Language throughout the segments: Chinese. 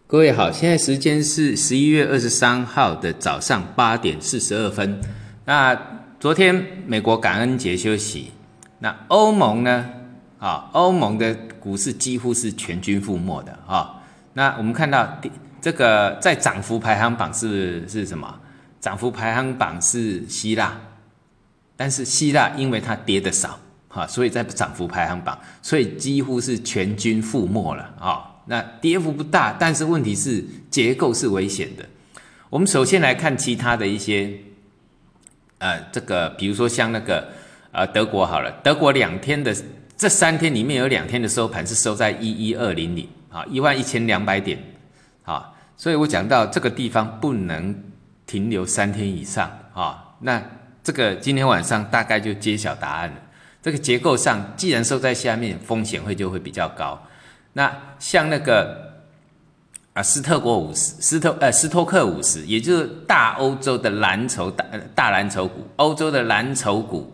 各位好，现在时间是11月23号的早上8点42分。那昨天美国感恩节休息，那欧盟呢？欧盟的股市几乎是全军覆没的那我们看到这个在涨幅排行榜是什么？涨幅排行榜是希腊，但是希腊因为它跌得少所以在涨幅排行榜，所以几乎是全军覆没了那跌幅不大，但是问题是结构是危险的。我们首先来看其他的一些这个比如说像那个德国好了，德国这3天里面有2天的收盘是收在11200 11200点所以我讲到这个地方不能停留3天以上那这个今天晚上大概就揭晓答案了。这个结构上既然收在下面，风险就会比较高。那像那个斯托克50，也就是大欧洲的大蓝筹股，欧洲的蓝筹股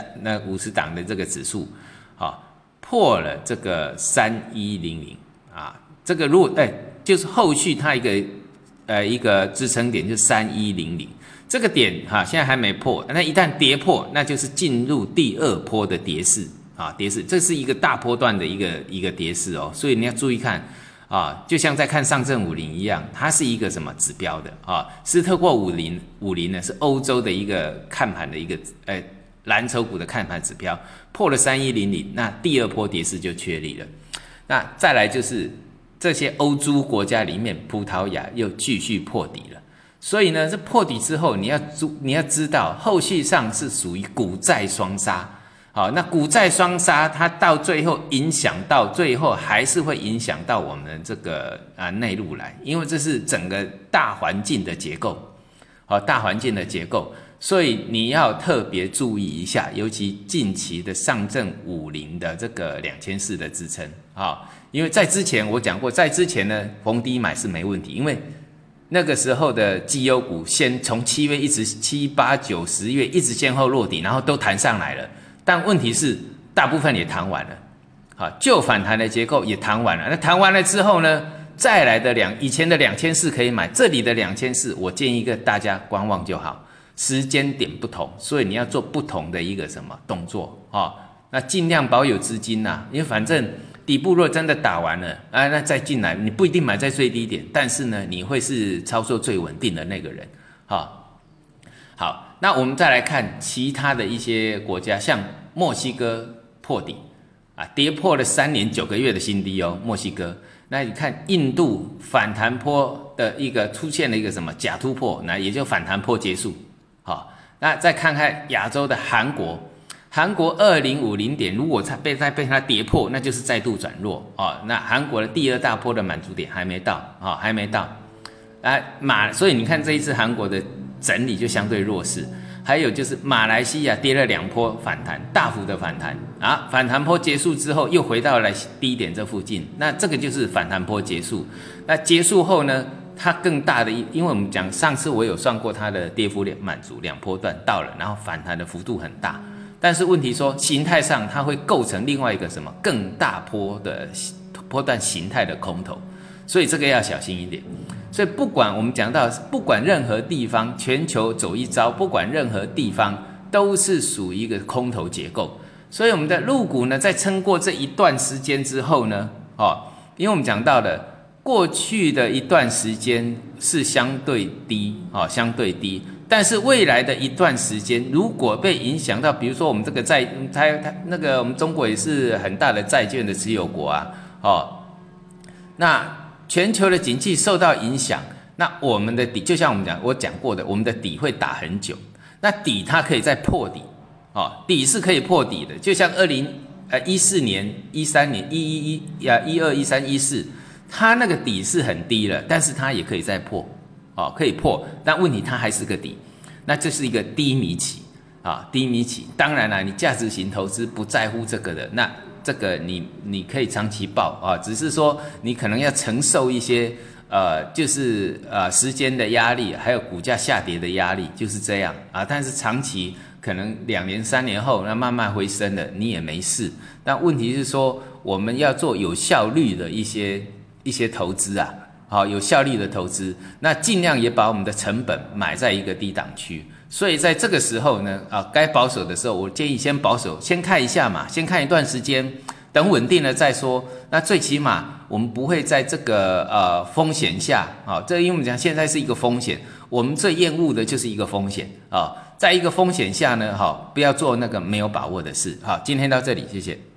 50档的这个指数破了这个3100这个如果就是后续它一个支撑点就是3100，这个点现在还没破，那一旦跌破，那就是进入第2波的跌势这是一个大波段的一个跌势所以你要注意看就像在看上证50一样，它是一个什么指标的斯托克50呢是欧洲的一个看盘的一个蓝筹股的看盘指标，破了3100，那第2波跌势就确立了。那再来就是这些欧洲国家里面，葡萄牙又继续破底了。所以呢，这破底之后，你要知道，后续上是属于股债双杀。那股债双杀，它到最后还是会影响到我们这个内陆来，因为这是整个大环境的结构，所以你要特别注意一下，尤其近期的上证50的这个2400的支撑因为在之前我讲过，在之前呢逢低买是没问题，因为那个时候的绩优股先从7月一直7、8、9、10月一直先后落底，然后都弹上来了。但问题是大部分也弹完了旧反弹的结构也弹完了。那弹完了之后呢，再来的以前的2400可以买，这里的2400我建议大家观望就好，时间点不同，所以你要做不同的一个什么动作那尽量保有资金因为反正底部若真的打完了那再进来，你不一定买在最低点，但是呢你会是操作最稳定的那个人好，那我们再来看其他的一些国家，像墨西哥破底跌破了3年9个月的新低墨西哥。那你看印度反弹波的出现了一个什么假突破，那也就反弹波结束那再看看亚洲的韩国2050点，如果被它跌破，那就是再度转弱那韩国的第2大波的满足点还没到所以你看这一次韩国的整理就相对弱势。还有就是马来西亚跌了2波反弹，大幅的反弹反弹波结束之后又回到了低点这附近，那这个就是反弹波结束。那结束后呢，它更大的因为我们讲上次我有算过它的跌幅满足2波段到了，然后反弹的幅度很大，但是问题说形态上它会构成另外一个什么更大波的波段形态的空头，所以这个要小心一点。所以我们讲到不管任何地方，全球走一遭，不管任何地方都是属于一个空头结构。所以我们的陆股呢，在撑过这一段时间之后呢因为我们讲到了过去的一段时间是相对低但是未来的一段时间如果被影响到，比如说我们这个我们中国也是很大的债券的持有国那全球的景气受到影响，那我们的底就像我讲过的，我们的底会打很久。那底它可以再破底底是可以破底的，就像2014年、13年、12、13、14，它那个底是很低了，但是它也可以再破可以破，但问题它还是个底，那这是一个低迷期当然啦，你价值型投资不在乎这个的，那这个你可以长期抱只是说你可能要承受一些就是时间的压力，还有股价下跌的压力，就是这样但是长期可能2年3年后那慢慢回升了，你也没事。但问题是说我们要做有效率的一些投资好有效率的投资，那尽量也把我们的成本买在一个低档区。所以在这个时候呢，该保守的时候，我建议先保守，先看一下嘛，先看一段时间，等稳定了再说。那最起码我们不会在这个风险下，这因为我们讲现在是一个风险，我们最厌恶的就是一个风险在一个风险下呢，不要做那个没有把握的事。好，今天到这里，谢谢。